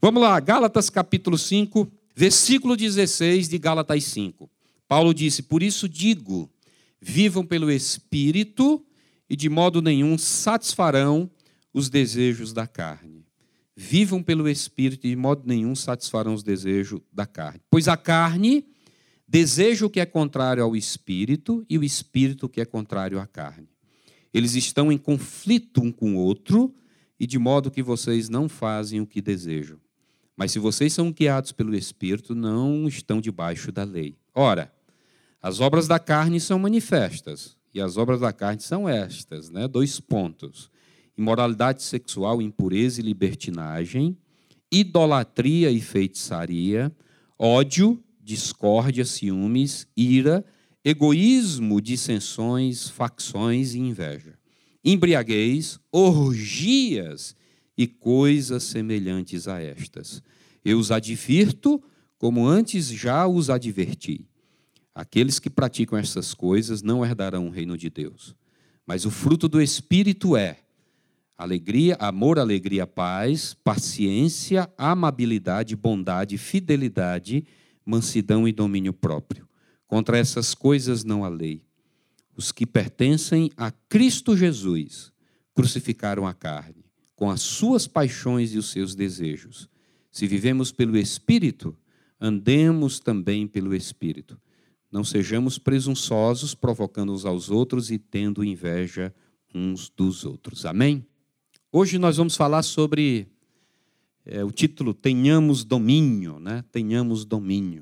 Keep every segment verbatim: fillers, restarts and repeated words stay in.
Vamos lá, Gálatas capítulo cinco, versículo dezesseis de Gálatas cinco. Paulo disse: por isso digo, vivam pelo Espírito e de modo nenhum satisfarão os desejos da carne. Vivam pelo Espírito e de modo nenhum satisfarão os desejos da carne. Pois a carne deseja o que é contrário ao Espírito e o Espírito o que é contrário à carne. Eles estão em conflito um com o outro e de modo que vocês não fazem o que desejam. Mas se vocês são guiados pelo Espírito, não estão debaixo da lei. Ora, as obras da carne são manifestas, e as obras da carne são estas, né? Dois pontos: imoralidade sexual, impureza e libertinagem, idolatria e feitiçaria, ódio, discórdia, ciúmes, ira, egoísmo, dissensões, facções e inveja, embriaguez, orgias e coisas semelhantes a estas. Eu os advirto, como antes já os adverti. Aqueles que praticam essas coisas não herdarão o reino de Deus. Mas o fruto do Espírito é alegria, amor, alegria, paz, paciência, amabilidade, bondade, fidelidade, mansidão e domínio próprio. Contra essas coisas não há lei. Os que pertencem a Cristo Jesus crucificaram a carne, com as suas paixões e os seus desejos. Se vivemos pelo Espírito, andemos também pelo Espírito. Não sejamos presunçosos, provocando uns aos outros e tendo inveja uns dos outros. Amém? Hoje nós vamos falar sobre é, o título Tenhamos Domínio, né? Tenhamos Domínio.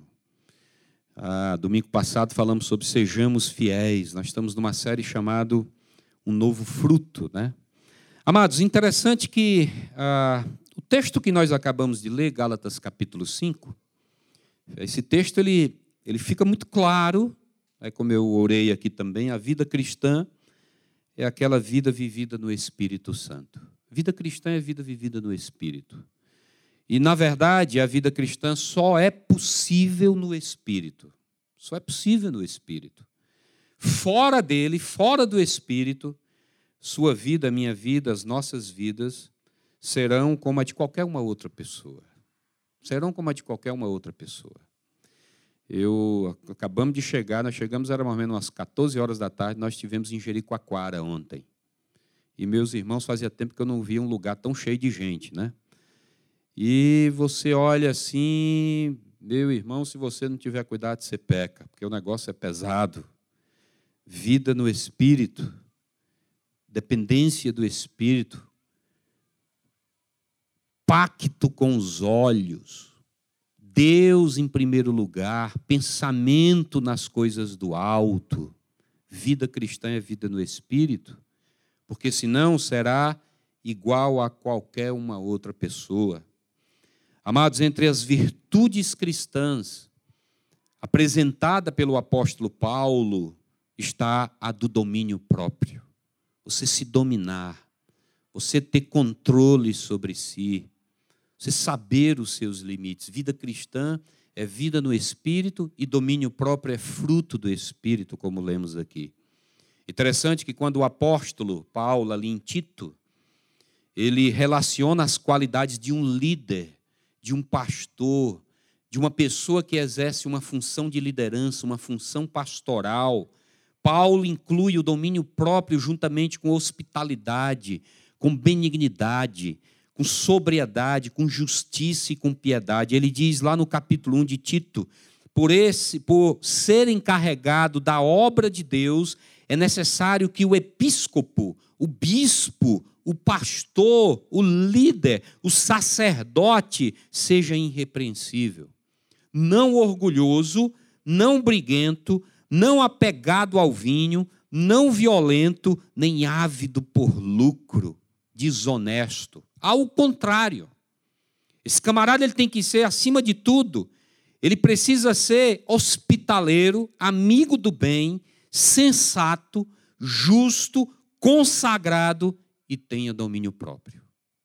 Ah, domingo passado falamos sobre Sejamos Fiéis. Nós estamos numa série chamada Um Novo Fruto, né? Amados, interessante que ah, o texto que nós acabamos de ler, Gálatas capítulo cinco, esse texto ele, ele fica muito claro, é como eu orei aqui também, a vida cristã é aquela vida vivida no Espírito Santo. Vida cristã é vida vivida no Espírito. E, na verdade, a vida cristã só é possível no Espírito. Só é possível no Espírito. Fora dele, fora do Espírito, sua vida, a minha vida, as nossas vidas serão como a de qualquer uma outra pessoa. Serão como a de qualquer uma outra pessoa. Eu, acabamos de chegar, nós chegamos, era mais ou menos umas quatorze horas da tarde, nós estivemos em Jericoacoara ontem. E meus irmãos, fazia tempo que eu não via um lugar tão cheio de gente, né? E você olha assim, meu irmão, se você não tiver cuidado, você peca, porque o negócio é pesado. Vida no Espírito, dependência do Espírito, pacto com os olhos, Deus em primeiro lugar, pensamento nas coisas do alto. Vida cristã é vida no Espírito, porque senão será igual a qualquer uma outra pessoa. Amados, entre as virtudes cristãs apresentada pelo apóstolo Paulo está a do domínio próprio. Você se dominar, você ter controle sobre si, você saber os seus limites. Vida cristã é vida no Espírito e domínio próprio é fruto do Espírito, como lemos aqui. Interessante que quando o apóstolo Paulo, ali em Tito, ele relaciona as qualidades de um líder, de um pastor, de uma pessoa que exerce uma função de liderança, uma função pastoral. Paulo inclui o domínio próprio juntamente com hospitalidade, com benignidade, com sobriedade, com justiça e com piedade. Ele diz lá no capítulo um de Tito, por, esse, por ser encarregado da obra de Deus, é necessário que o episcopo, o bispo, o pastor, o líder, o sacerdote seja irrepreensível, não orgulhoso, não briguento, não apegado ao vinho, não violento, nem ávido por lucro, desonesto. Ao contrário, esse camarada ele tem que ser, acima de tudo, ele precisa ser hospitaleiro, amigo do bem, sensato, justo, consagrado e tenha domínio próprio.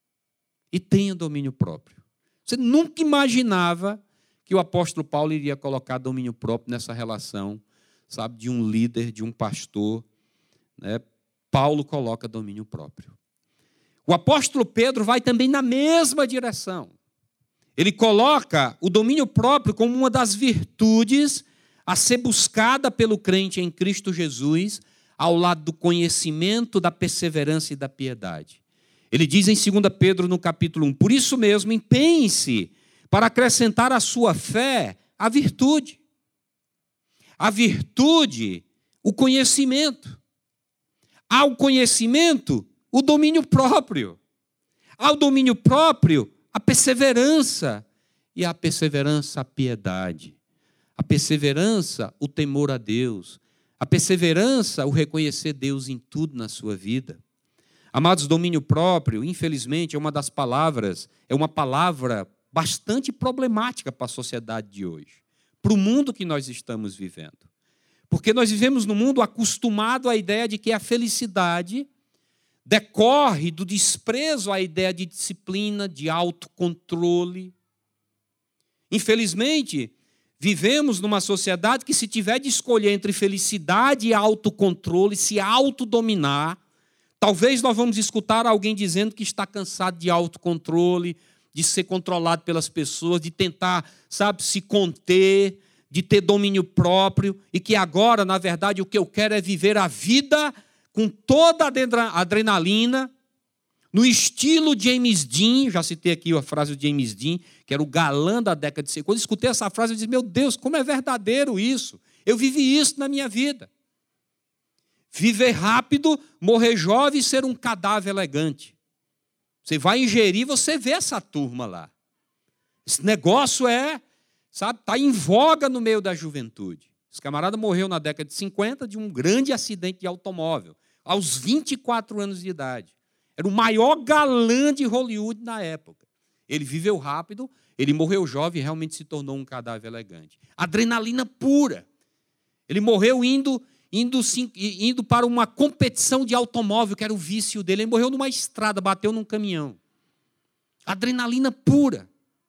E tenha domínio próprio. Você nunca imaginava que o apóstolo Paulo iria colocar domínio próprio nessa relação, sabe, de um líder, de um pastor, né? Paulo coloca domínio próprio. O apóstolo Pedro vai também na mesma direção. Ele coloca o domínio próprio como uma das virtudes a ser buscada pelo crente em Cristo Jesus, ao lado do conhecimento, da perseverança e da piedade. Ele diz em dois Pedro, no capítulo um, por isso mesmo, empenhe-se para acrescentar à sua fé a virtude. A virtude, o conhecimento. Ao conhecimento, o domínio próprio. Ao domínio próprio, a perseverança. E a perseverança, a piedade. A perseverança, o temor a Deus. A perseverança, o reconhecer Deus em tudo na sua vida. Amados, domínio próprio, infelizmente, é uma das palavras, é uma palavra bastante problemática para a sociedade de hoje, para o mundo que nós estamos vivendo. Porque nós vivemos num mundo acostumado à ideia de que a felicidade decorre do desprezo à ideia de disciplina, de autocontrole. Infelizmente, vivemos numa sociedade que, se tiver de escolher entre felicidade e autocontrole, se autodominar, talvez nós vamos escutar alguém dizendo que está cansado de autocontrole, de ser controlado pelas pessoas, de tentar, sabe, se conter, de ter domínio próprio, e que agora, na verdade, o que eu quero é viver a vida com toda a adrenalina, no estilo James Dean. Já citei aqui a frase do James Dean, que era o galã da década de cinquenta. Quando eu escutei essa frase, eu disse, meu Deus, como é verdadeiro isso. Eu vivi isso na minha vida. Viver rápido, morrer jovem e ser um cadáver elegante. Você vai ingerir, você vê essa turma lá. Esse negócio é, sabe, está em voga no meio da juventude. Esse camarada morreu na década de cinquenta de um grande acidente de automóvel, aos vinte e quatro anos de idade. Era o maior galã de Hollywood na época. Ele viveu rápido, ele morreu jovem e realmente se tornou um cadáver elegante. Adrenalina pura. Ele morreu indo... Indo, indo para uma competição de automóvel, que era o vício dele. Ele morreu numa estrada, bateu num caminhão. Adrenalina pura.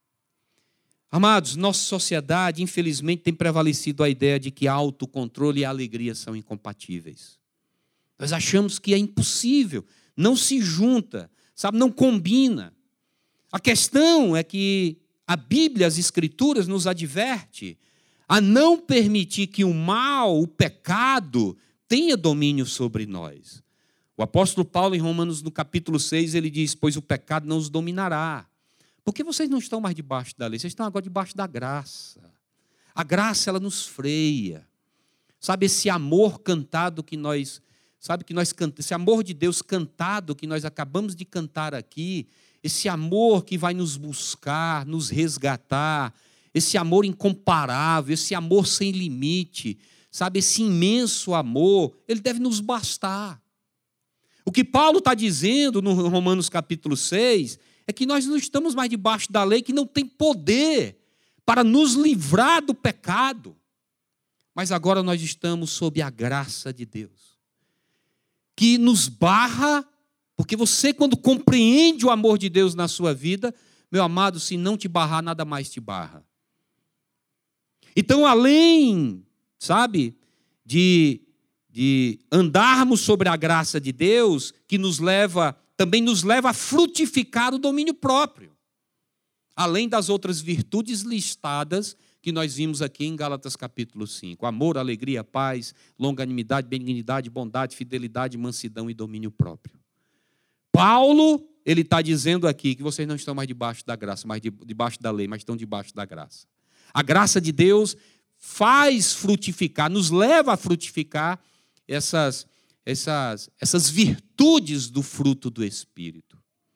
Amados, nossa sociedade, infelizmente, tem prevalecido a ideia de que autocontrole e alegria são incompatíveis. Nós achamos que é impossível, não se junta, sabe, não combina. A questão é que a Bíblia, as Escrituras, nos adverte a não permitir que o mal, o pecado, tenha domínio sobre nós. O apóstolo Paulo, em Romanos, no capítulo seis, ele diz, pois o pecado não os dominará. Porque vocês não estão mais debaixo da lei, vocês estão agora debaixo da graça. A graça, ela nos freia. Sabe, esse amor cantado que nós, sabe, que nós cantamos, esse amor de Deus cantado que nós acabamos de cantar aqui, esse amor que vai nos buscar, nos resgatar, esse amor incomparável, esse amor sem limite, sabe, esse imenso amor, ele deve nos bastar. O que Paulo está dizendo no Romanos capítulo seis é que nós não estamos mais debaixo da lei, que não tem poder para nos livrar do pecado. Mas agora nós estamos sob a graça de Deus, que nos barra, porque você, quando compreende o amor de Deus na sua vida, meu amado, se não te barrar, nada mais te barra. Então, além, sabe, de, de andarmos sobre a graça de Deus, que nos leva, também nos leva a frutificar o domínio próprio. Além das outras virtudes listadas que nós vimos aqui em Gálatas capítulo cinco. Amor, alegria, paz, longanimidade, benignidade, bondade, fidelidade, mansidão e domínio próprio. Paulo, ele está dizendo aqui que vocês não estão mais debaixo da graça, mas debaixo da lei, mas estão debaixo da graça. A graça de Deus faz frutificar, nos leva a frutificar essas, essas, essas virtudes do fruto do Espírito.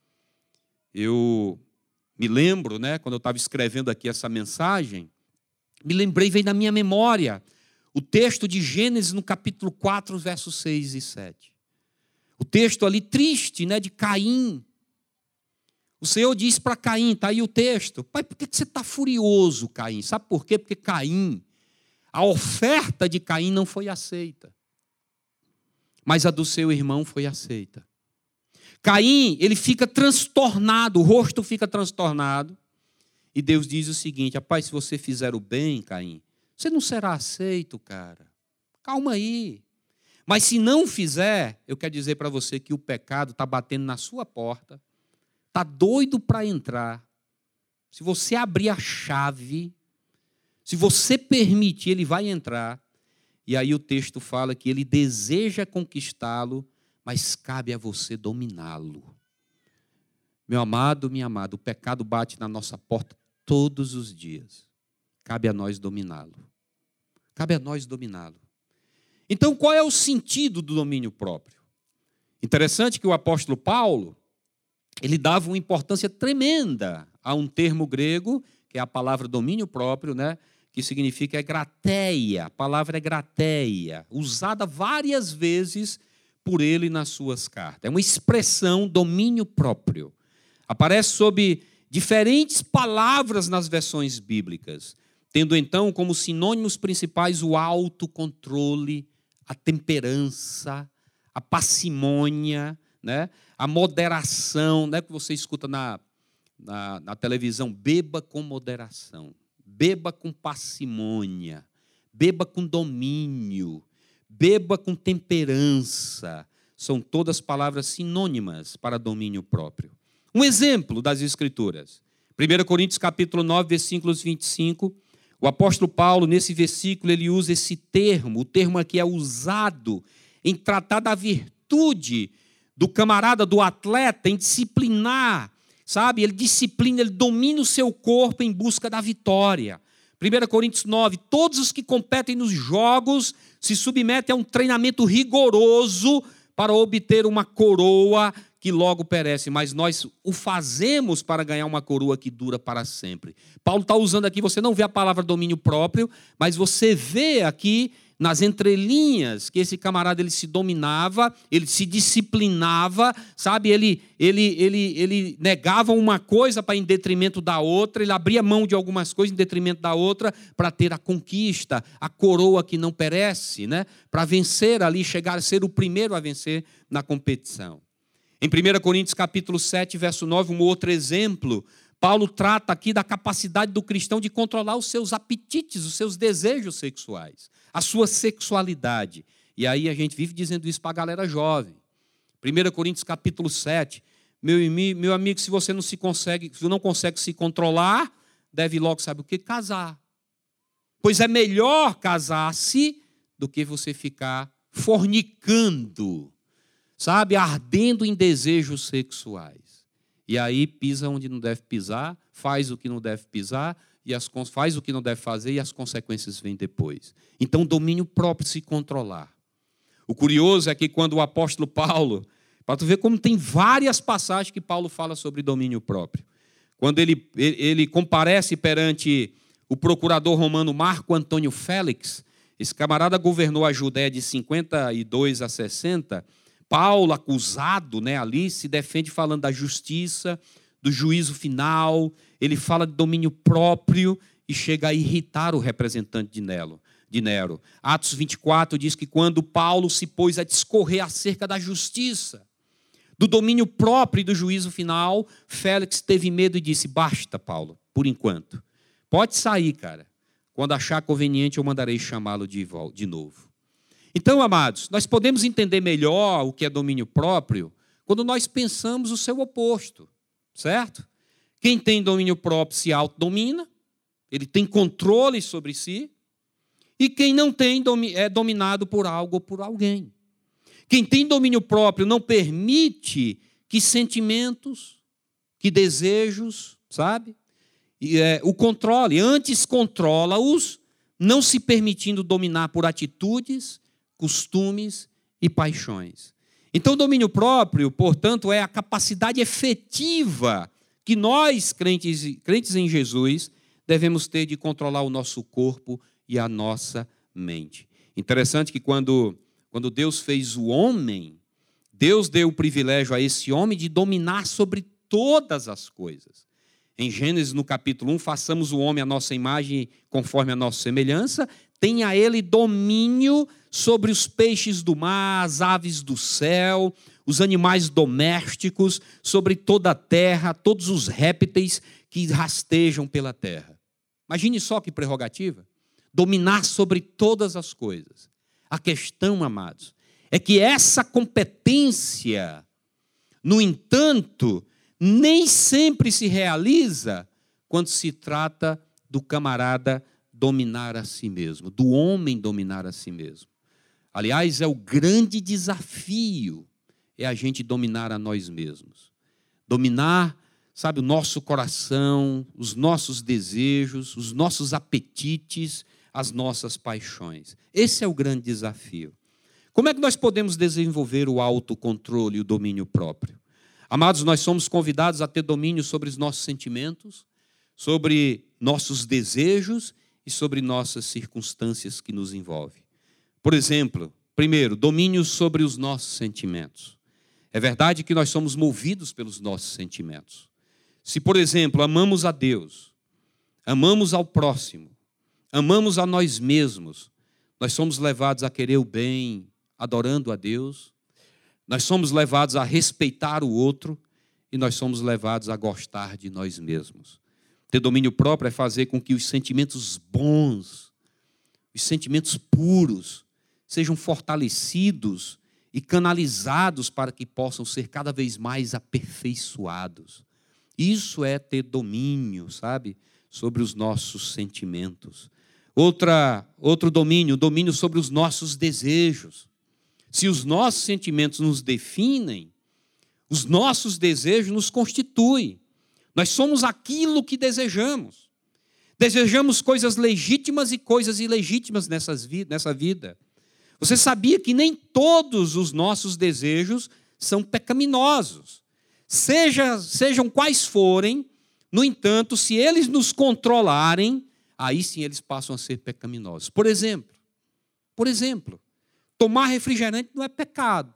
Eu me lembro, né, quando eu estava escrevendo aqui essa mensagem, me lembrei, veio na minha memória, o texto de Gênesis no capítulo quatro, versos seis e sete. O texto ali triste, né, de Caim. O Senhor diz para Caim, está aí o texto, pai, por que você está furioso, Caim? Sabe por quê? Porque Caim, a oferta de Caim não foi aceita, mas a do seu irmão foi aceita. Caim, ele fica transtornado, o rosto fica transtornado, e Deus diz o seguinte, rapaz, se você fizer o bem, Caim, você não será aceito, cara. Calma aí. Mas se não fizer, eu quero dizer para você que o pecado está batendo na sua porta, está doido para entrar, Se você abrir a chave, se você permitir, ele vai entrar. E aí o texto fala que ele deseja conquistá-lo, mas cabe a você dominá-lo. Meu amado, minha amada, o pecado bate na nossa porta todos os dias. Cabe a nós dominá-lo. Cabe a nós dominá-lo. Então, qual é o sentido do domínio próprio? Interessante que o apóstolo Paulo, ele dava uma importância tremenda a um termo grego, que é a palavra domínio próprio, né? Que significa é grateia. A palavra é grateia, usada várias vezes por ele nas suas cartas. É uma expressão domínio próprio. Aparece sob diferentes palavras nas versões bíblicas, tendo então como sinônimos principais o autocontrole, a temperança, a parcimônia, né? A moderação, né? Que você escuta na, na, na televisão, beba com moderação, beba com parcimônia, beba com domínio, beba com temperança. São todas palavras sinônimas para domínio próprio. Um exemplo das Escrituras. primeira Coríntios capítulo nove, versículos vinte e cinco. O apóstolo Paulo, nesse versículo, ele usa esse termo. O termo aqui é usado em tratar da virtude do camarada, do atleta, em disciplinar, sabe? Ele disciplina, ele domina o seu corpo em busca da vitória. primeira Coríntios nove, todos os que competem nos jogos se submetem a um treinamento rigoroso para obter uma coroa que logo perece, mas nós o fazemos para ganhar uma coroa que dura para sempre. Paulo está usando aqui, você não vê a palavra domínio próprio, mas você vê aqui nas entrelinhas que esse camarada ele se dominava, ele se disciplinava, sabe? Ele, ele, ele, ele negava uma coisa para em detrimento da outra, ele abria mão de algumas coisas em detrimento da outra para ter a conquista, a coroa que não perece, né? Para vencer ali, chegar a ser o primeiro a vencer na competição. Em primeira Coríntios capítulo sete, verso nove, um outro exemplo, Paulo trata aqui da capacidade do cristão de controlar os seus apetites, os seus desejos sexuais, a sua sexualidade. E aí a gente vive dizendo isso para a galera jovem. primeira Coríntios capítulo sete, meu, meu amigo, se você não se consegue, se não consegue se controlar, deve logo, sabe o que? Casar. Pois é melhor casar-se do que você ficar fornicando, sabe, ardendo em desejos sexuais. E aí pisa onde não deve pisar, faz o que não deve pisar, e as, faz o que não deve fazer e as consequências vêm depois. Então, domínio próprio, se controlar. O curioso é que quando o apóstolo Paulo, para tu ver como tem várias passagens que Paulo fala sobre domínio próprio. Quando ele, ele comparece perante o procurador romano Marco Antônio Félix, esse camarada governou a Judéia de cinquenta e dois a sessenta. Paulo, acusado, né, ali, se defende falando da justiça, do juízo final. Ele fala de domínio próprio e chega a irritar o representante de Nero. De Nero. Atos vinte e quatro diz que quando Paulo se pôs a discorrer acerca da justiça, do domínio próprio e do juízo final, Félix teve medo e disse: basta, Paulo, por enquanto. Pode sair, cara. Quando achar conveniente, eu mandarei chamá-lo de, de novo. Então, amados, nós podemos entender melhor o que é domínio próprio quando nós pensamos o seu oposto, certo? Quem tem domínio próprio se autodomina, ele tem controle sobre si, e quem não tem é dominado por algo ou por alguém. Quem tem domínio próprio não permite que sentimentos, que desejos, sabe? E, é, o controle, antes controla-os, não se permitindo dominar por atitudes, costumes e paixões. Então, domínio próprio, portanto, é a capacidade efetiva que nós, crentes, crentes em Jesus, devemos ter de controlar o nosso corpo e a nossa mente. Interessante que quando, quando Deus fez o homem, Deus deu o privilégio a esse homem de dominar sobre todas as coisas. Em Gênesis, no capítulo um, façamos o homem à nossa imagem, conforme a nossa semelhança, tenha ele domínio sobre os peixes do mar, as aves do céu, os animais domésticos, sobre toda a terra, todos os répteis que rastejam pela terra. Imagine só que prerrogativa. Dominar sobre todas as coisas. A questão, amados, é que essa competência, no entanto, nem sempre se realiza quando se trata do camarada dominar a si mesmo, do homem dominar a si mesmo. Aliás, é o grande desafio, é a gente dominar a nós mesmos. Dominar, sabe, o nosso coração, os nossos desejos, os nossos apetites, as nossas paixões. Esse é o grande desafio. Como é que nós podemos desenvolver o autocontrole e o domínio próprio? Amados, nós somos convidados a ter domínio sobre os nossos sentimentos, sobre nossos desejos e sobre nossas circunstâncias que nos envolvem. Por exemplo, primeiro, domínio sobre os nossos sentimentos. É verdade que nós somos movidos pelos nossos sentimentos. Se, por exemplo, amamos a Deus, amamos ao próximo, amamos a nós mesmos, nós somos levados a querer o bem, adorando a Deus, nós somos levados a respeitar o outro e nós somos levados a gostar de nós mesmos. Ter domínio próprio é fazer com que os sentimentos bons, os sentimentos puros, sejam fortalecidos e canalizados para que possam ser cada vez mais aperfeiçoados. Isso é ter domínio, sabe, sobre os nossos sentimentos. Outra, outro domínio, domínio sobre os nossos desejos. Se os nossos sentimentos nos definem, os nossos desejos nos constituem. Nós somos aquilo que desejamos. Desejamos coisas legítimas e coisas ilegítimas nessas vi- nessa vida. Você sabia que nem todos os nossos desejos são pecaminosos? Seja, sejam quais forem, no entanto, se eles nos controlarem, aí sim eles passam a ser pecaminosos. Por exemplo, por exemplo, tomar refrigerante não é pecado.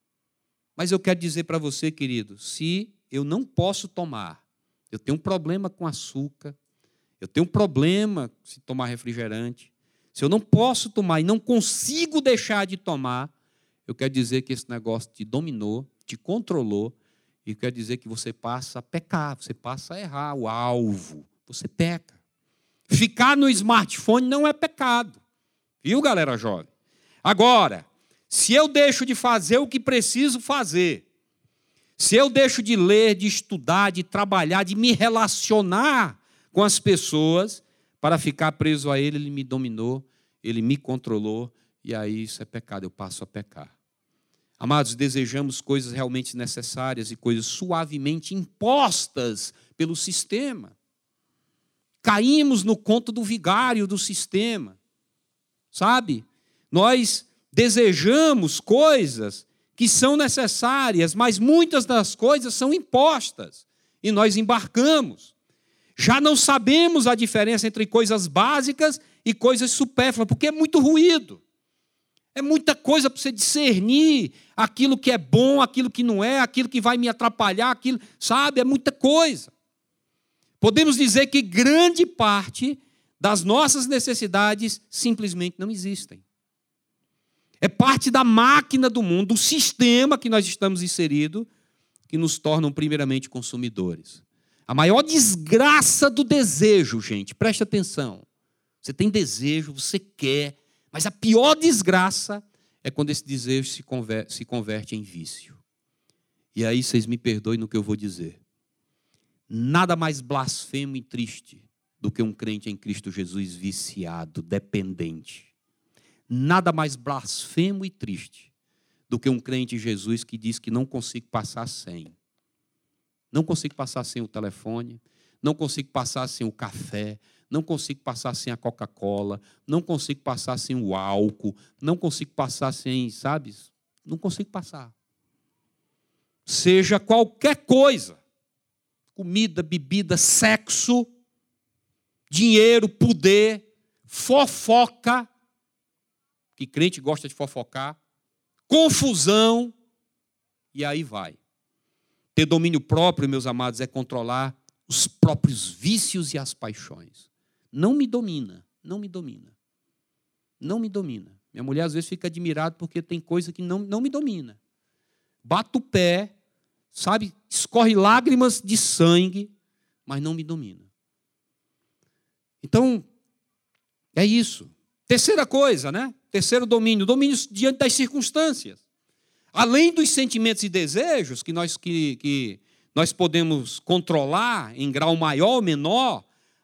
Mas eu quero dizer para você, querido, se eu não posso tomar, eu tenho um problema com açúcar, eu tenho um problema se tomar refrigerante, se eu não posso tomar e não consigo deixar de tomar, eu quero dizer que esse negócio te dominou, te controlou, e quer dizer que você passa a pecar, você passa a errar o alvo, você peca. Ficar no smartphone não é pecado, viu, galera jovem? Agora, se eu deixo de fazer o que preciso fazer, se eu deixo de ler, de estudar, de trabalhar, de me relacionar com as pessoas, para ficar preso a ele, ele me dominou, ele me controlou, e aí isso é pecado, eu passo a pecar. Amados, desejamos coisas realmente necessárias e coisas suavemente impostas pelo sistema. Caímos no conto do vigário do sistema, sabe? Nós desejamos coisas que são necessárias, mas muitas das coisas são impostas, e nós embarcamos. Já não sabemos a diferença entre coisas básicas e coisas supérfluas, porque é muito ruído. É muita coisa para você discernir aquilo que é bom, aquilo que não é, aquilo que vai me atrapalhar, aquilo, sabe? É muita coisa. Podemos dizer que grande parte das nossas necessidades simplesmente não existem. É parte da máquina do mundo, do sistema que nós estamos inseridos, que nos tornam primeiramente consumidores. A maior desgraça do desejo, gente, preste atenção. Você tem desejo, você quer, mas a pior desgraça é quando esse desejo se converte, se converte em vício. E aí vocês me perdoem no que eu vou dizer. Nada mais blasfemo e triste do que um crente em Cristo Jesus viciado, dependente. Nada mais blasfemo e triste do que um crente em Jesus que diz que não consigo passar sem. Não consigo passar sem o telefone, não consigo passar sem o café, não consigo passar sem a Coca-Cola, não consigo passar sem o álcool, não consigo passar sem, sabe? Não consigo passar. Seja qualquer coisa, comida, bebida, sexo, dinheiro, poder, fofoca, que crente gosta de fofocar, confusão, e aí vai. Ter domínio próprio, meus amados, é controlar os próprios vícios e as paixões. Não me domina, não me domina. Não me domina. Minha mulher às vezes fica admirada porque tem coisa que não, não me domina. Bato o pé, sabe, escorre lágrimas de sangue, mas não me domina. Então, é isso. Terceira coisa, né? Terceiro domínio, domínio diante das circunstâncias. Além dos sentimentos e desejos que nós, que, que nós podemos controlar em grau maior ou menor,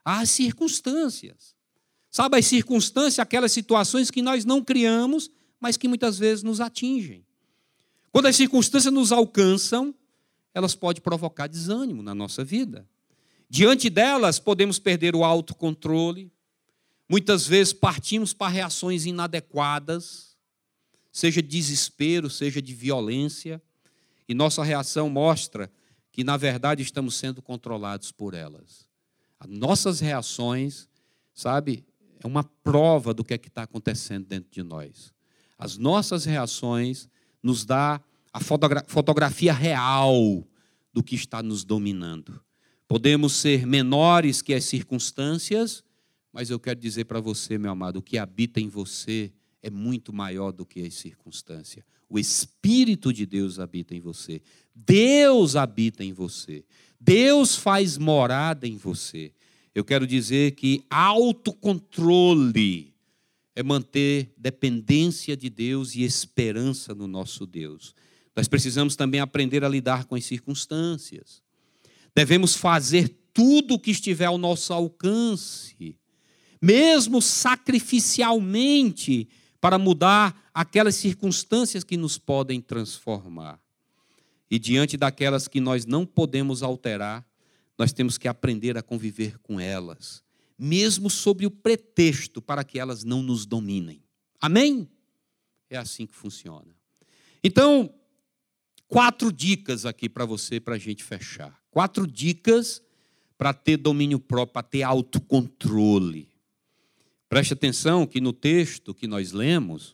às circunstâncias. Sabe, as circunstâncias, aquelas situações que nós não criamos, mas que muitas vezes nos atingem. Quando as circunstâncias nos alcançam, elas podem provocar desânimo na nossa vida. Diante delas, podemos perder o autocontrole. Muitas vezes partimos para reações inadequadas, seja de desespero, seja de violência, e nossa reação mostra que, na verdade, estamos sendo controlados por elas. As nossas reações, sabe, é uma prova do que é que está acontecendo dentro de nós. As nossas reações nos dão a fotogra- fotografia real do que está nos dominando. Podemos ser menores que as circunstâncias, mas eu quero dizer para você, meu amado, o que habita em você é muito maior do que as circunstâncias. O Espírito de Deus habita em você. Deus habita em você. Deus faz morada em você. Eu quero dizer que autocontrole é manter dependência de Deus e esperança no nosso Deus. Nós precisamos também aprender a lidar com as circunstâncias. Devemos fazer tudo o que estiver ao nosso alcance, mesmo sacrificialmente, para mudar aquelas circunstâncias que nos podem transformar. E diante daquelas que nós não podemos alterar, nós temos que aprender a conviver com elas, mesmo sob o pretexto para que elas não nos dominem. Amém? É assim que funciona. Então, quatro dicas aqui para você, para a gente fechar. Quatro dicas para ter domínio próprio, para ter autocontrole. Preste atenção que no texto que nós lemos,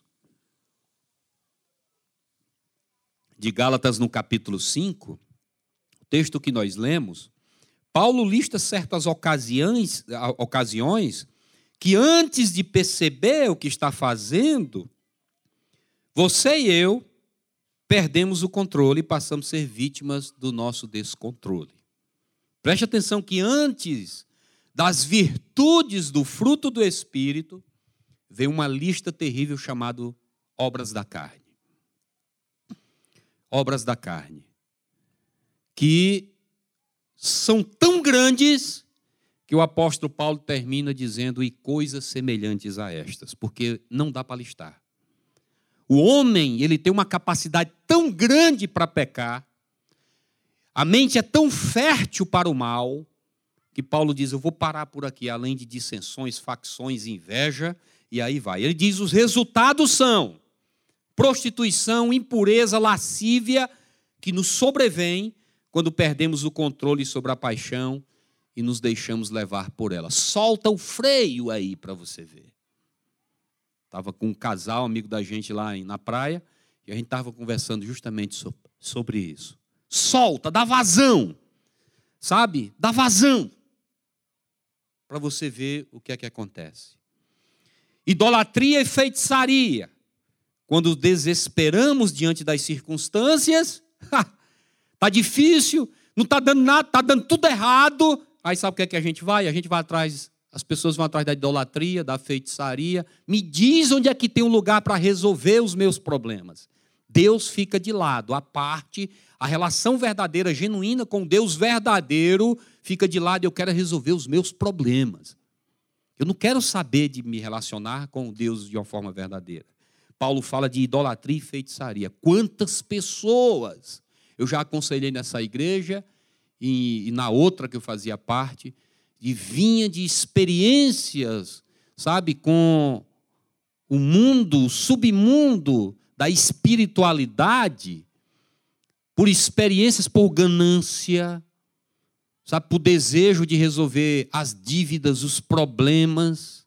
de Gálatas no capítulo cinco, o texto que nós lemos, Paulo lista certas ocasiões, ocasiões que antes de perceber o que está fazendo, você e eu perdemos o controle e passamos a ser vítimas do nosso descontrole. Preste atenção que antes das virtudes do fruto do Espírito, vem uma lista terrível chamada obras da carne. Obras da carne. Que são tão grandes que o apóstolo Paulo termina dizendo e coisas semelhantes a estas, porque não dá para listar. O homem, ele tem uma capacidade tão grande para pecar, a mente é tão fértil para o mal, que Paulo diz, eu vou parar por aqui, além de dissensões, facções, inveja, e aí vai. Ele diz, os resultados são prostituição, impureza, lascívia, que nos sobrevém quando perdemos o controle sobre a paixão e nos deixamos levar por ela. Solta o freio aí para você ver. Estava com um casal, amigo da gente lá na praia, e a gente estava conversando justamente sobre isso. Solta, dá vazão, sabe? Dá vazão, para você ver o que é que acontece. Idolatria e feitiçaria. Quando desesperamos diante das circunstâncias, está difícil, não está dando nada, está dando tudo errado. Aí sabe o que é que a gente vai? A gente vai atrás, as pessoas vão atrás da idolatria, da feitiçaria. Me diz onde é que tem um lugar para resolver os meus problemas. Deus fica de lado, a parte, a relação verdadeira, genuína com Deus verdadeiro, fica de lado e eu quero resolver os meus problemas. Eu não quero saber de me relacionar com Deus de uma forma verdadeira. Paulo fala de idolatria e feitiçaria. Quantas pessoas eu já aconselhei nessa igreja e, e na outra que eu fazia parte, e vinha de experiências, sabe, com o mundo, o submundo da espiritualidade, por experiências, por ganância, sabe, por desejo de resolver as dívidas, os problemas,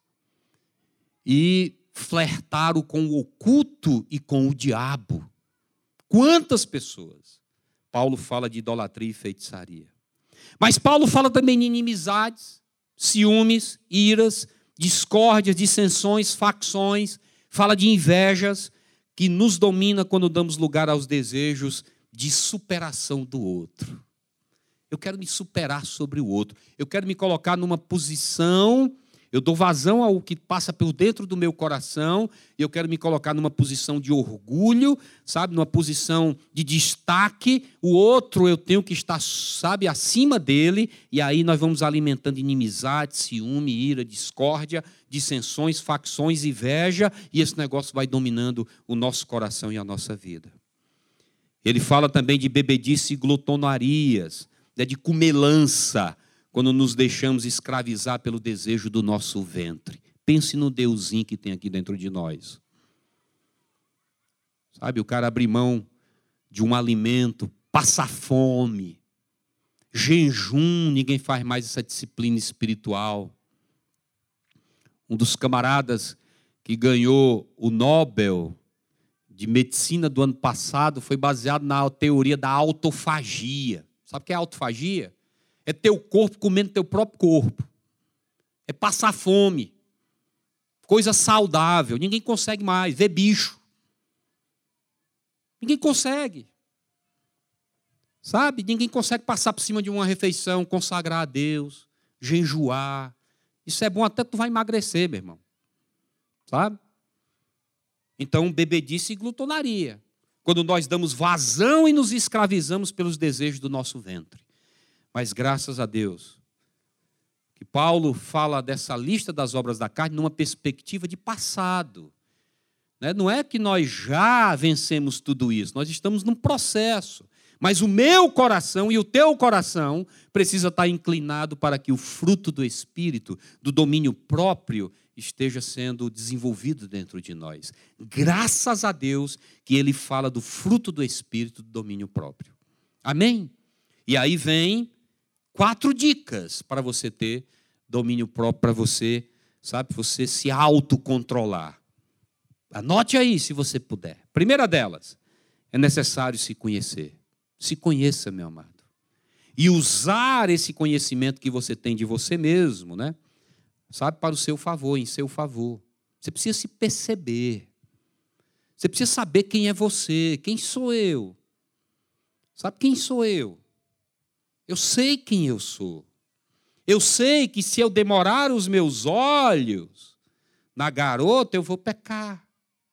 e flertaram com o oculto e com o diabo. Quantas pessoas? Paulo fala de idolatria e feitiçaria. Mas Paulo fala também de inimizades, ciúmes, iras, discórdias, dissensões, facções, fala de invejas, que nos domina quando damos lugar aos desejos de superação do outro. Eu quero me superar sobre o outro. Eu quero me colocar numa posição Eu dou vazão ao que passa por dentro do meu coração, e eu quero me colocar numa posição de orgulho, sabe, numa posição de destaque. O outro eu tenho que estar, sabe, acima dele, e aí nós vamos alimentando inimizade, ciúme, ira, discórdia, dissensões, facções, inveja, e esse negócio vai dominando o nosso coração e a nossa vida. Ele fala também de bebedice e glutonarias, né, de comelança, quando nos deixamos escravizar pelo desejo do nosso ventre. Pense no deusinho que tem aqui dentro de nós. Sabe, o cara abrir mão de um alimento, passar fome, jejum, ninguém faz mais essa disciplina espiritual. Um dos camaradas que ganhou o Nobel de Medicina do ano passado foi baseado na teoria da autofagia. Sabe o que é autofagia? É teu corpo comendo teu próprio corpo. É passar fome. Coisa saudável. Ninguém consegue mais. Ver bicho. Ninguém consegue. Sabe? Ninguém consegue passar por cima de uma refeição, consagrar a Deus, jejuar. Isso é bom até que tu vai emagrecer, meu irmão. Sabe? Então, bebedice e glutonaria. Quando nós damos vazão e nos escravizamos pelos desejos do nosso ventre. Mas graças a Deus, que Paulo fala dessa lista das obras da carne numa perspectiva de passado. Não é que nós já vencemos tudo isso, nós estamos num processo. Mas o meu coração e o teu coração precisa estar inclinado para que o fruto do Espírito, do domínio próprio, esteja sendo desenvolvido dentro de nós. Graças a Deus que ele fala do fruto do Espírito, do domínio próprio. Amém? E aí vem quatro dicas para você ter domínio próprio, para você, sabe, você se autocontrolar. Anote aí, se você puder. Primeira delas, é necessário se conhecer. Se conheça, meu amado. E usar esse conhecimento que você tem de você mesmo, né? Sabe, para o seu favor, em seu favor. Você precisa se perceber. Você precisa saber quem é você, quem sou eu. Sabe quem sou eu? Eu sei quem eu sou. Eu sei que se eu demorar os meus olhos na garota, eu vou pecar.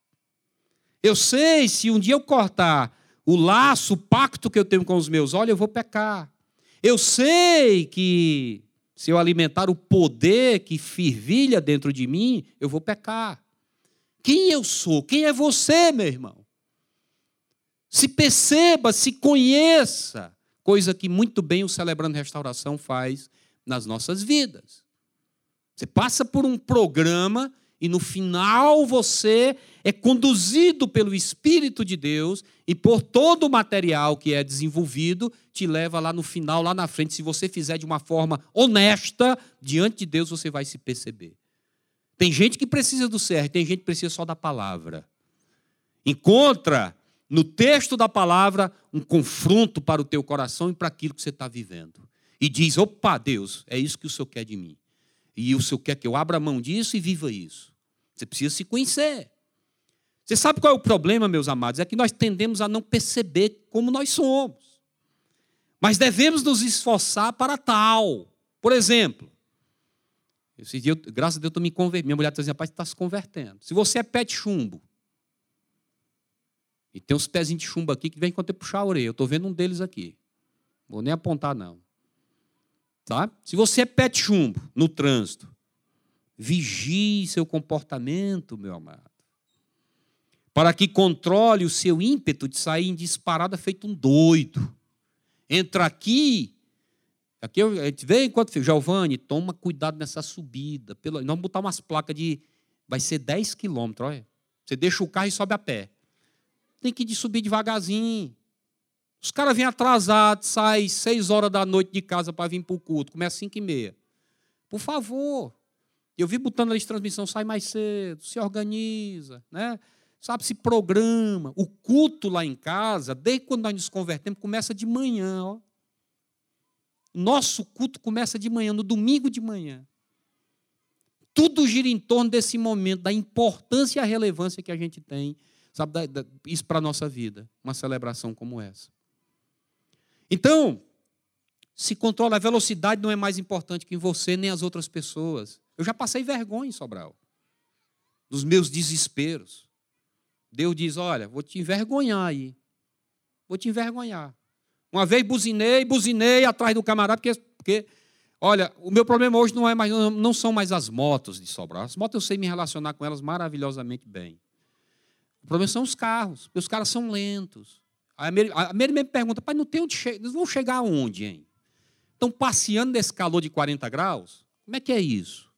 Eu sei se um dia eu cortar o laço, o pacto que eu tenho com os meus olhos, eu vou pecar. Eu sei que se eu alimentar o poder que fervilha dentro de mim, eu vou pecar. Quem eu sou? Quem é você, meu irmão? Se perceba, se conheça. Coisa que muito bem o Celebrando Restauração faz nas nossas vidas. Você passa por um programa e no final você é conduzido pelo Espírito de Deus e por todo o material que é desenvolvido, te leva lá no final, lá na frente. Se você fizer de uma forma honesta, diante de Deus você vai se perceber. Tem gente que precisa do C R, tem gente que precisa só da palavra. Encontra no texto da palavra um confronto para o teu coração e para aquilo que você está vivendo. E diz, opa, Deus, é isso que o Senhor quer de mim. E o Senhor quer que eu abra mão disso e viva isso. Você precisa se conhecer. Você sabe qual é o problema, meus amados? É que nós tendemos a não perceber como nós somos. Mas devemos nos esforçar para tal. Por exemplo, esse dia, eu, graças a Deus, eu estou me convertendo. Minha mulher está dizendo, rapaz, você está se convertendo. Se você é pé de chumbo, e tem uns pezinhos de chumbo aqui que vem quando eu puxar a orelha. Eu estou vendo um deles aqui. Vou nem apontar, não. Tá? Se você é pé de chumbo no trânsito, vigie seu comportamento, meu amado. Para que controle o seu ímpeto de sair em disparada feito um doido. Entra aqui. Aqui a gente vê enquanto... Giovanni, toma cuidado nessa subida. Pelo, nós vamos botar umas placas de... Vai ser dez quilômetros, olha. Você deixa o carro e sobe a pé. Tem que subir devagarzinho. Os caras vêm atrasados, saem seis horas da noite de casa para vir para o culto. Começa às cinco e meia. Por favor. Eu vi botando ali de transmissão, sai mais cedo, se organiza, né? Sabe, se programa. O culto lá em casa, desde quando nós nos convertemos, começa de manhã. Ó. Nosso culto começa de manhã, no domingo de manhã. Tudo gira em torno desse momento, da importância e a relevância que a gente tem. Sabe, isso para a nossa vida, uma celebração como essa. Então, se controla, a velocidade não é mais importante que você nem as outras pessoas. Eu já passei vergonha em Sobral, dos meus desesperos. Deus diz, olha, vou te envergonhar aí. Vou te envergonhar. Uma vez buzinei, buzinei atrás do camarada, porque, porque olha, o meu problema hoje não, é mais, não são mais as motos de Sobral. As motos eu sei me relacionar com elas maravilhosamente bem. O problema são os carros, porque os caras são lentos. A Mary, a Mary me pergunta, pai, não tem onde chegar, eles vão chegar aonde, hein? Estão passeando nesse calor de quarenta graus? Como é que é isso?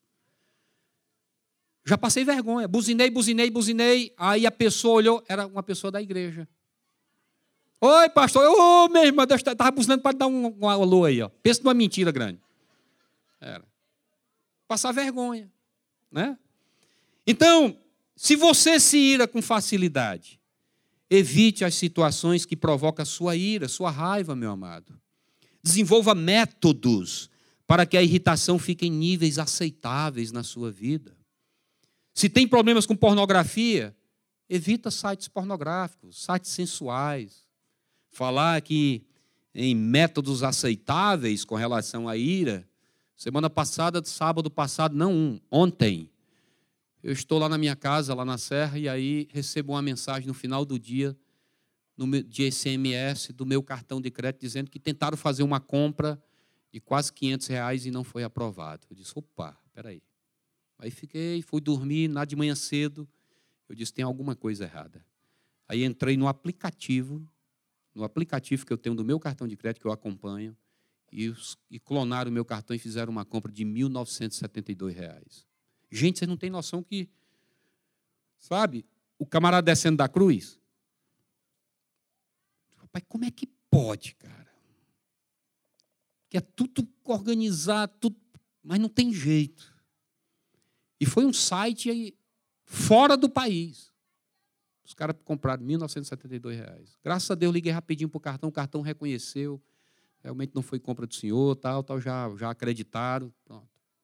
Já passei vergonha. Buzinei, buzinei, buzinei. Aí a pessoa olhou, era uma pessoa da igreja. Oi, pastor. Ô, oh, meu irmão, estava buzinando para dar um, um alô aí. Ó. Pensa numa mentira grande. Era. Passar vergonha. Né? Então, se você se ira com facilidade, evite as situações que provocam a sua ira, sua raiva, meu amado. Desenvolva métodos para que a irritação fique em níveis aceitáveis na sua vida. Se tem problemas com pornografia, evita sites pornográficos, sites sensuais. Falar que em métodos aceitáveis com relação à ira, semana passada, sábado passado, não, ontem, eu estou lá na minha casa, lá na Serra, e aí recebo uma mensagem no final do dia, de S M S, do meu cartão de crédito, dizendo que tentaram fazer uma compra de quase quinhentos reais e não foi aprovado. Eu disse, opa, espera aí. Aí fiquei, fui dormir, nada de manhã cedo, eu disse, tem alguma coisa errada. Aí entrei no aplicativo, no aplicativo que eu tenho do meu cartão de crédito, que eu acompanho, e, os, e clonaram o meu cartão e fizeram uma compra de mil novecentos e setenta e dois reais. Gente, vocês não têm noção que, sabe, o camarada descendo da cruz, rapaz, como é que pode, cara? Que é tudo organizado, tudo, mas não tem jeito. E foi um site aí, fora do país. Os caras compraram mil novecentos e setenta e dois reais. Graças a Deus, liguei rapidinho para o cartão, o cartão reconheceu, realmente não foi compra do senhor, tal, tal, já, já acreditaram. Pronto.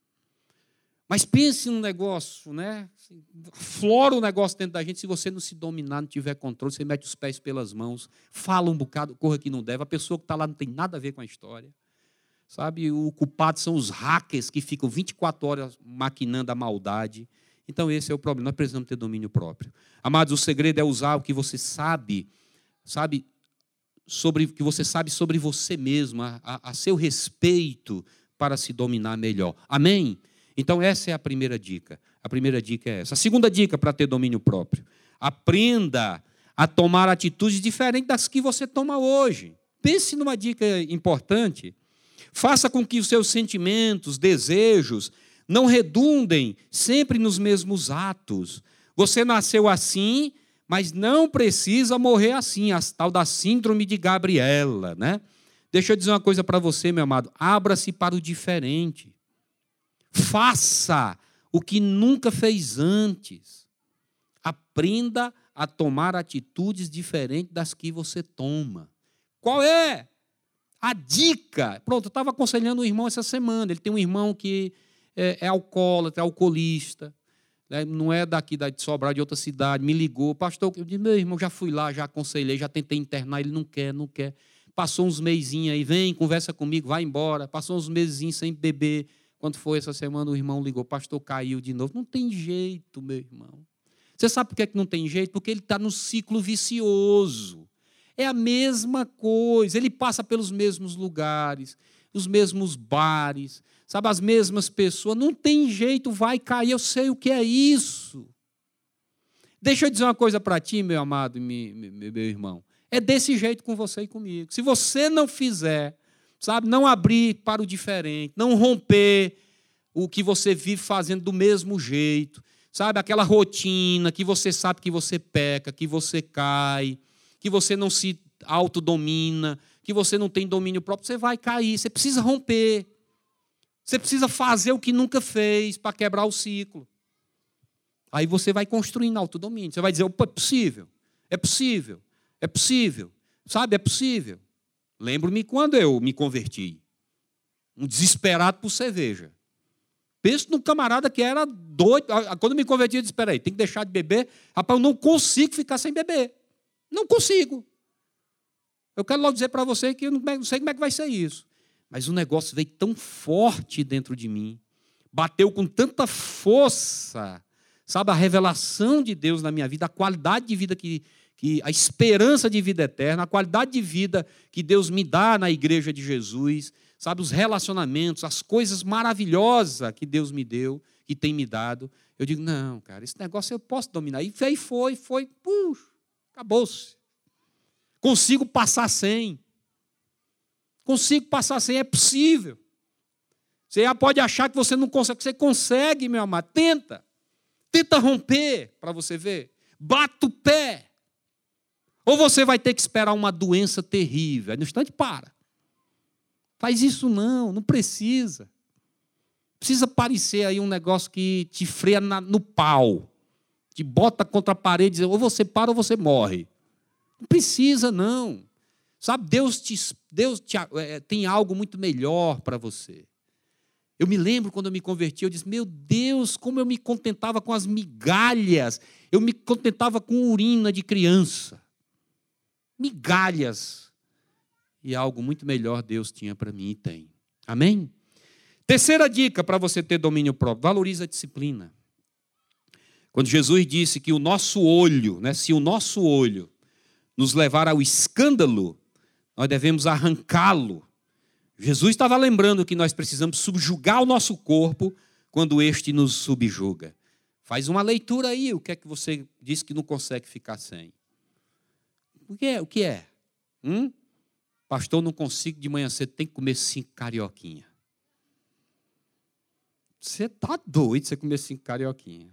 Mas pense num negócio, né? Flora o negócio dentro da gente, se você não se dominar, não tiver controle, você mete os pés pelas mãos, fala um bocado, corra que não deve, a pessoa que está lá não tem nada a ver com a história. Sabe, o culpado são os hackers que ficam vinte e quatro horas maquinando a maldade. Então, esse é o problema. Nós precisamos ter domínio próprio. Amados, o segredo é usar o que você sabe, sabe, sobre, que você sabe sobre você mesmo, a, a, a seu respeito, para se dominar melhor. Amém? Então, essa é a primeira dica. A primeira dica é essa. A segunda dica para ter domínio próprio. Aprenda a tomar atitudes diferentes das que você toma hoje. Pense numa dica importante. Faça com que os seus sentimentos, desejos, não redundem sempre nos mesmos atos. Você nasceu assim, mas não precisa morrer assim, a tal da síndrome de Gabriela, né? Deixa eu dizer uma coisa para você, meu amado. Abra-se para o diferente. Faça o que nunca fez antes. Aprenda a tomar atitudes diferentes das que você toma. Qual é a dica? Pronto, eu estava aconselhando um irmão essa semana. Ele tem um irmão que é, é alcoólatra, é alcoolista, né? Não é daqui de Sobral, de outra cidade. Me ligou, pastor, eu disse, meu irmão, já fui lá, já aconselhei, já tentei internar, ele não quer, não quer. Passou uns meizinhos aí, vem, conversa comigo, vai embora. Passou uns meses sem beber. Quando foi essa semana, o irmão ligou, pastor, caiu de novo. Não tem jeito, meu irmão. Você sabe por que não tem jeito? Porque ele está no ciclo vicioso. É a mesma coisa. Ele passa pelos mesmos lugares, os mesmos bares, sabe, as mesmas pessoas. Não tem jeito, vai cair. Eu sei o que é isso. Deixa eu dizer uma coisa para ti, meu amado, meu irmão. É desse jeito com você e comigo. Se você não fizer, sabe, não abrir para o diferente, não romper o que você vive fazendo do mesmo jeito, sabe, aquela rotina que você sabe que você peca, que você cai, que você não se autodomina, que você não tem domínio próprio, você vai cair, você precisa romper. Você precisa fazer o que nunca fez para quebrar o ciclo. Aí você vai construindo autodomínio. Você vai dizer, opa, é possível, é possível, é possível, sabe, é possível. Lembro-me quando eu me converti, um desesperado por cerveja. Penso num camarada que era doido. Quando eu me converti, eu disse, espera aí, tem que deixar de beber. Rapaz, eu não consigo ficar sem beber. Não consigo. Eu quero logo dizer para você que eu não sei como é que vai ser isso. Mas o negócio veio tão forte dentro de mim. bateu com tanta força, sabe, a revelação de Deus na minha vida, a qualidade de vida que, que a esperança de vida eterna, a qualidade de vida que Deus me dá na igreja de Jesus, sabe, os relacionamentos, as coisas maravilhosas que Deus me deu, que tem me dado. Eu digo, não, cara, esse negócio eu posso dominar. E aí foi, foi, puxa, acabou-se. Consigo passar sem. Consigo passar sem, é possível. Você já pode achar que você não consegue. Você consegue, meu amado, tenta. Tenta romper, para você ver. Bata o pé. Ou você vai ter que esperar uma doença terrível. Aí no instante, para. Faz isso não, não precisa. Precisa parecer aí um negócio que te freia na, no pau. Te bota contra a parede e diz, ou você para ou você morre. Não precisa, não. Sabe, Deus, te, Deus te, é, tem algo muito melhor para você. Eu me lembro quando eu me converti, eu disse, meu Deus, como eu me contentava com as migalhas. Eu me contentava com urina de criança. Migalhas. E algo muito melhor Deus tinha para mim e tem. Amém? Terceira dica para você ter domínio próprio, valorize a disciplina. Quando Jesus disse que o nosso olho, né, se o nosso olho nos levar ao escândalo, nós devemos arrancá-lo. Jesus estava lembrando que nós precisamos subjugar o nosso corpo quando este nos subjuga. Faz uma leitura aí, o que é que você disse que não consegue ficar sem? O que é? O que é? Hum? Pastor, não consigo de manhã cedo, tem que comer cinco carioquinha. Você está doido você comer cinco carioquinha.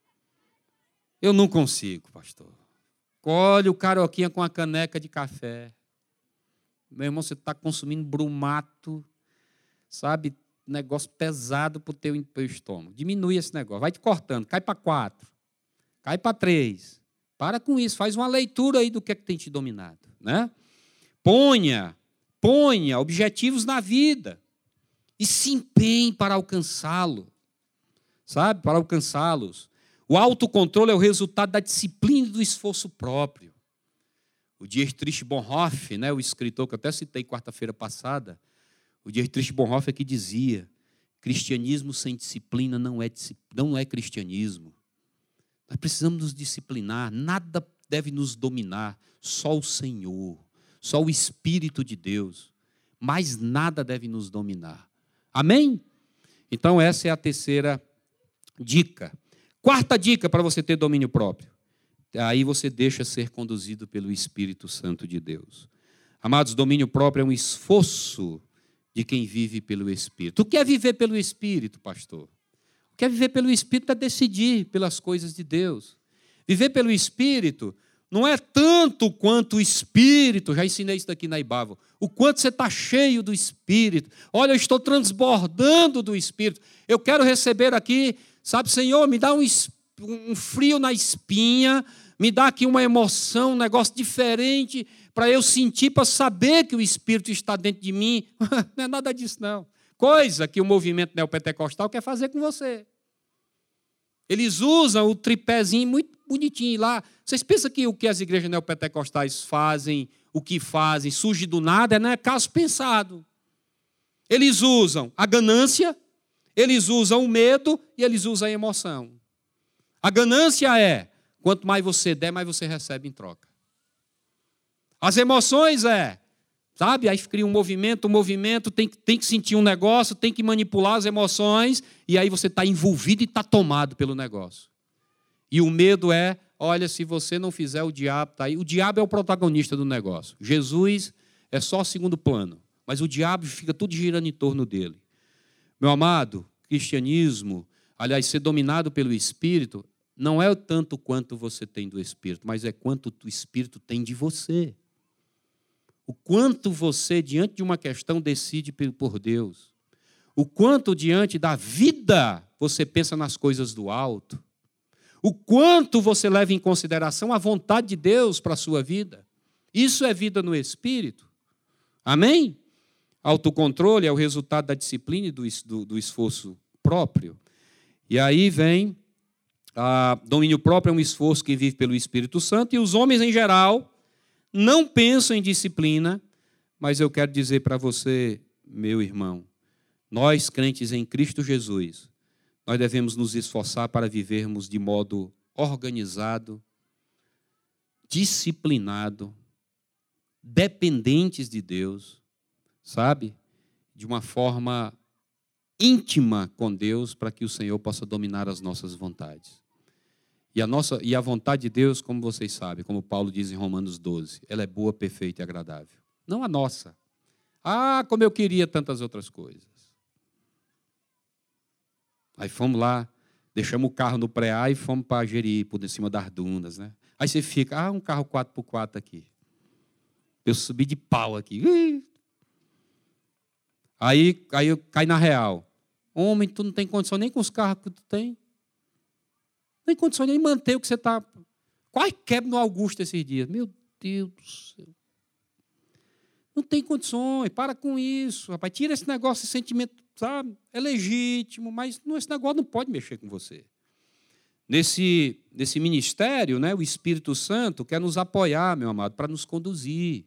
Eu não consigo, pastor. Colhe o carioquinha com a caneca de café. Meu irmão, você está consumindo brumato, sabe? Negócio pesado para o teu, teu estômago. Diminui esse negócio. Vai te cortando. Cai para quatro. Cai para três. Para com isso. Faz uma leitura aí do que é que tem te dominado. Né? Ponha, ponha objetivos na vida. E se empenhe para alcançá-lo. Sabe? Para alcançá-los. O autocontrole é o resultado da disciplina e do esforço próprio. O Dietrich Bonhoeffer, né, o escritor que eu até citei quarta-feira passada, o Dietrich Bonhoeffer é que dizia, cristianismo sem disciplina não é, não é cristianismo. Nós precisamos nos disciplinar, nada deve nos dominar, só o Senhor, só o Espírito de Deus, mais nada deve nos dominar. Amém? Então essa é a terceira dica. Quarta dica para você ter domínio próprio. Aí você deixa ser conduzido pelo Espírito Santo de Deus. Amados, domínio próprio é um esforço de quem vive pelo Espírito. O que é viver pelo Espírito, pastor? O que é viver pelo Espírito é decidir pelas coisas de Deus. Viver pelo Espírito não é tanto quanto o Espírito, já ensinei isso daqui na Ibavo, o quanto você está cheio do Espírito. Olha, eu estou transbordando do Espírito. Eu quero receber aqui, sabe, Senhor, me dá um, um frio na espinha, me dá aqui uma emoção, um negócio diferente, para eu sentir, para saber que o Espírito está dentro de mim. Não é nada disso, não. Coisa que o movimento neopentecostal quer fazer com você. Eles usam o tripézinho muito bonitinho lá. Vocês pensam que o que as igrejas neopentecostais fazem, o que fazem, surge do nada, não é caso pensado. Eles usam a ganância, eles usam o medo e eles usam a emoção. A ganância é, quanto mais você der, mais você recebe em troca. As emoções é, sabe? Aí cria um movimento, um movimento, tem, tem que sentir um negócio, tem que manipular as emoções, e aí você está envolvido e está tomado pelo negócio. E o medo é, olha, se você não fizer, o diabo está aí. O diabo é o protagonista do negócio. Jesus é só segundo plano, mas o diabo fica tudo girando em torno dele. Meu amado, cristianismo, aliás, ser dominado pelo Espírito, não é tanto quanto você tem do Espírito, mas é quanto o Espírito tem de você. O quanto você, diante de uma questão, decide por Deus. O quanto, diante da vida, você pensa nas coisas do alto. O quanto você leva em consideração a vontade de Deus para a sua vida. Isso é vida no Espírito. Amém? Autocontrole é o resultado da disciplina e do, do, do esforço próprio. E aí vem, a, domínio próprio é um esforço que vive pelo Espírito Santo, e os homens em geral não pensam em disciplina, mas eu quero dizer para você, meu irmão, nós crentes em Cristo Jesus, nós devemos nos esforçar para vivermos de modo organizado, disciplinado, dependentes de Deus, sabe? De uma forma íntima com Deus, para que o Senhor possa dominar as nossas vontades. E a, nossa, e a vontade de Deus, como vocês sabem, como Paulo diz em Romanos doze, ela é boa, perfeita e agradável. Não a nossa. Ah, como eu queria tantas outras coisas. Aí fomos lá, deixamos o carro no pré-A e fomos para Jeri, por cima das dunas, né? Aí você fica, ah, um carro quatro por quatro aqui. Eu subi de pau aqui. Aí, aí eu caí na real. Homem, tu não tem condição nem com os carros que tu tem. Não tem condição nem manter o que você está. Quase quebra no Augusto esses dias. Meu Deus do céu. Não tem condições, para com isso, rapaz. Tira esse negócio, esse sentimento, sabe? É legítimo, mas não, esse negócio não pode mexer com você. Nesse, nesse ministério, né, o Espírito Santo quer nos apoiar, meu amado, para nos conduzir.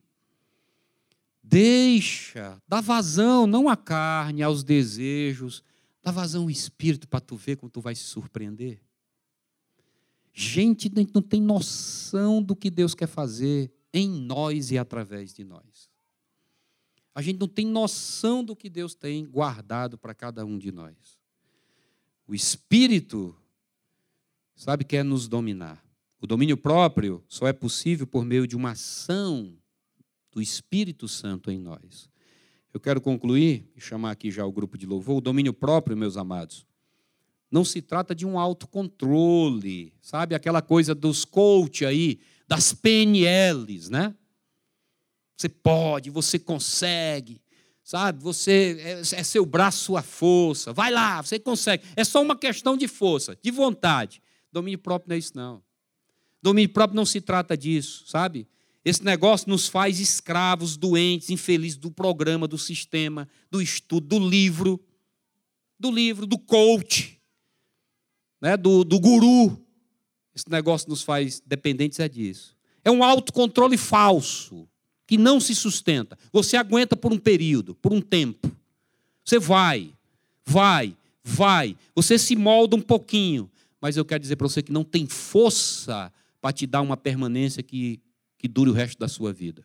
Deixa, dá vazão, não à carne, aos desejos, dá vazão ao Espírito para tu ver como tu vai se surpreender. Gente não tem noção do que Deus quer fazer em nós e através de nós. A gente não tem noção do que Deus tem guardado para cada um de nós. O Espírito, sabe, quer nos dominar. O domínio próprio só é possível por meio de uma ação do Espírito Santo em nós. Eu quero concluir e chamar aqui já o grupo de louvor. O domínio próprio, meus amados, não se trata de um autocontrole, sabe? Aquela coisa dos coach aí, das P N Ls, né? Você pode, você consegue, sabe? Você é, é seu braço, sua força. Vai lá, você consegue. É só uma questão de força, de vontade. Domínio próprio não é isso, não. Domínio próprio não se trata disso, sabe? Esse negócio nos faz escravos, doentes, infelizes do programa, do sistema, do estudo, do livro, do livro, do coach, né? do, do guru. Esse negócio nos faz dependentes é disso. É um autocontrole falso, que não se sustenta. Você aguenta por um período, por um tempo. Você vai, vai, vai. Você se molda um pouquinho. Mas eu quero dizer para você que não tem força para te dar uma permanência que, que dure o resto da sua vida.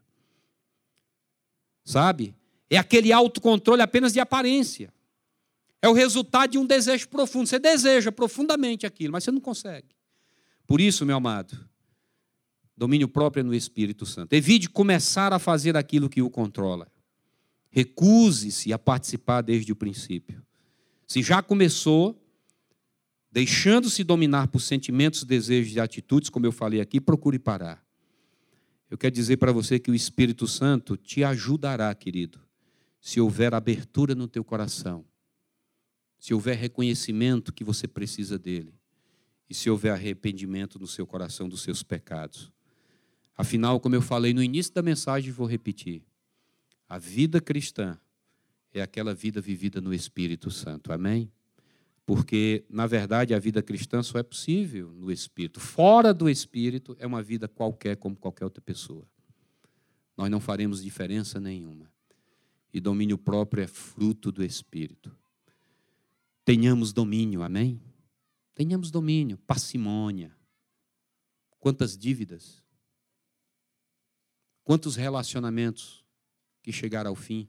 Sabe? É aquele autocontrole apenas de aparência. É o resultado de um desejo profundo. Você deseja profundamente aquilo, mas você não consegue. Por isso, meu amado, domínio próprio é no Espírito Santo. Evite começar a fazer aquilo que o controla. Recuse-se a participar desde o princípio. Se já começou, deixando-se dominar por sentimentos, desejos e atitudes, como eu falei aqui, procure parar. Eu quero dizer para você que o Espírito Santo te ajudará, querido, se houver abertura no teu coração, se houver reconhecimento que você precisa dele, e se houver arrependimento no seu coração dos seus pecados. Afinal, como eu falei no início da mensagem, vou repetir, a vida cristã é aquela vida vivida no Espírito Santo, amém? Porque, na verdade, a vida cristã só é possível no Espírito. Fora do Espírito é uma vida qualquer, como qualquer outra pessoa. Nós não faremos diferença nenhuma. E domínio próprio é fruto do Espírito. Tenhamos domínio, amém? Tenhamos domínio, parcimônia. Quantas dívidas? Quantos relacionamentos que chegaram ao fim?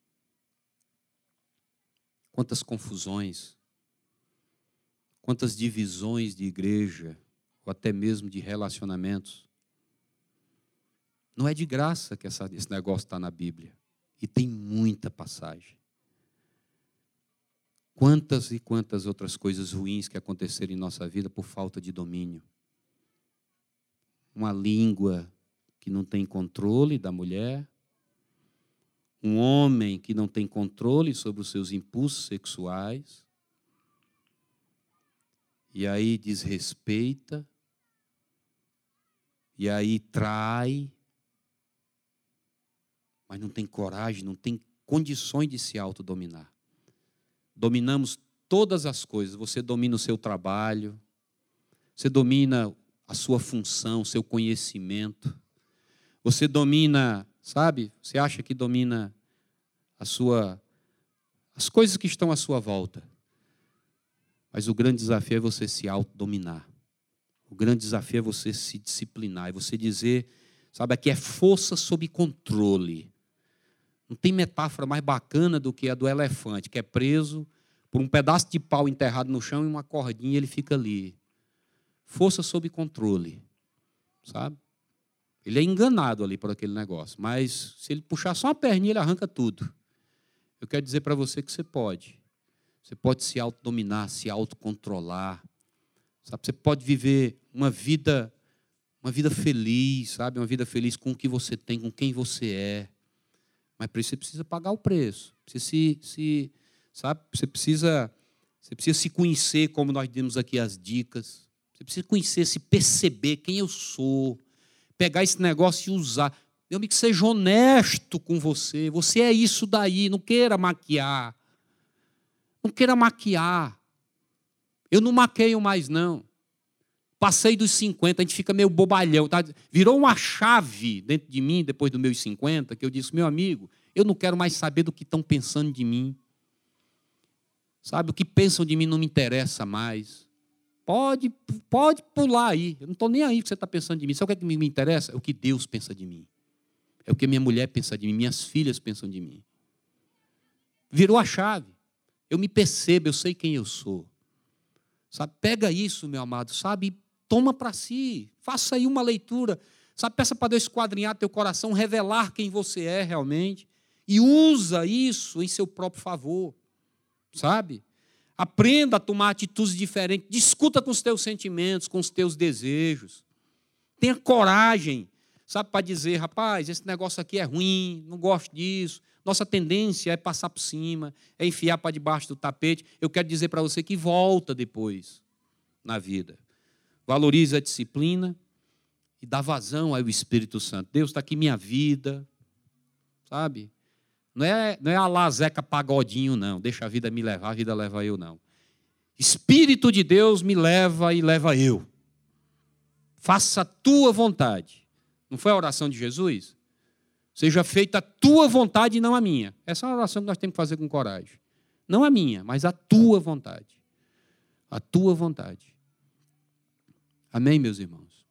Quantas confusões? Quantas divisões de igreja, ou até mesmo de relacionamentos? Não é de graça que essa, esse negócio está na Bíblia. E tem muita passagem. Quantas e quantas outras coisas ruins que aconteceram em nossa vida por falta de domínio. Uma língua que não tem controle da mulher. Um homem que não tem controle sobre os seus impulsos sexuais. E aí desrespeita. E aí trai. Mas não tem coragem, não tem condições de se autodominar. Dominamos todas as coisas. Você domina o seu trabalho, você domina a sua função, o seu conhecimento. Você domina, sabe? Você acha que domina a sua, as coisas que estão à sua volta. Mas o grande desafio é você se autodominar. O grande desafio é você se disciplinar. É você dizer, sabe, aqui é força sob controle. Não tem metáfora mais bacana do que a do elefante, que é preso por um pedaço de pau enterrado no chão e uma cordinha, ele fica ali. Força sob controle. Sabe? Ele é enganado ali por aquele negócio. Mas se ele puxar só uma perninha, ele arranca tudo. Eu quero dizer para você que você pode. Você pode se autodominar, se autocontrolar. Sabe? Você pode viver uma vida, uma vida feliz, sabe? Uma vida feliz com o que você tem, com quem você é. Mas para isso você precisa pagar o preço. Você se, se, sabe? Você precisa, você precisa se conhecer, como nós demos aqui as dicas. Você precisa conhecer, se perceber quem eu sou. Pegar esse negócio e usar. Meu amigo, seja honesto com você. Você é isso daí. Não queira maquiar. Não queira maquiar. Eu não maqueio mais, não. Passei dos cinquenta, a gente fica meio bobalhão. Tá? Virou uma chave dentro de mim, depois dos meus cinquenta, que eu disse, meu amigo, eu não quero mais saber do que estão pensando de mim. Sabe, o que pensam de mim não me interessa mais. Pode, pode pular aí. Eu não estou nem aí com o que você está pensando de mim. Sabe o que, é que me interessa? É o que Deus pensa de mim. É o que minha mulher pensa de mim, minhas filhas pensam de mim. Virou a chave. Eu me percebo, eu sei quem eu sou. Sabe? Pega isso, meu amado, sabe? Toma para si. Faça aí uma leitura. Sabe? Peça para Deus esquadrinhar teu coração, revelar quem você é realmente. E usa isso em seu próprio favor. Sabe? Aprenda a tomar atitudes diferentes. Discuta com os teus sentimentos, com os teus desejos. Tenha coragem, sabe, para dizer, rapaz, esse negócio aqui é ruim, não gosto disso. Nossa tendência é passar por cima, é enfiar para debaixo do tapete. Eu quero dizer para você que volta depois na vida. Valorize a disciplina e dá vazão ao Espírito Santo. Deus, está aqui minha vida, sabe? Não é, não é a lá Zeca Pagodinho, não. Deixa a vida me levar, a vida leva eu, não. Espírito de Deus me leva e leva eu. Faça a tua vontade. Não foi a oração de Jesus? Seja feita a tua vontade e não a minha. Essa é uma oração que nós temos que fazer com coragem. Não a minha, mas a tua vontade. A tua vontade. Amém, meus irmãos?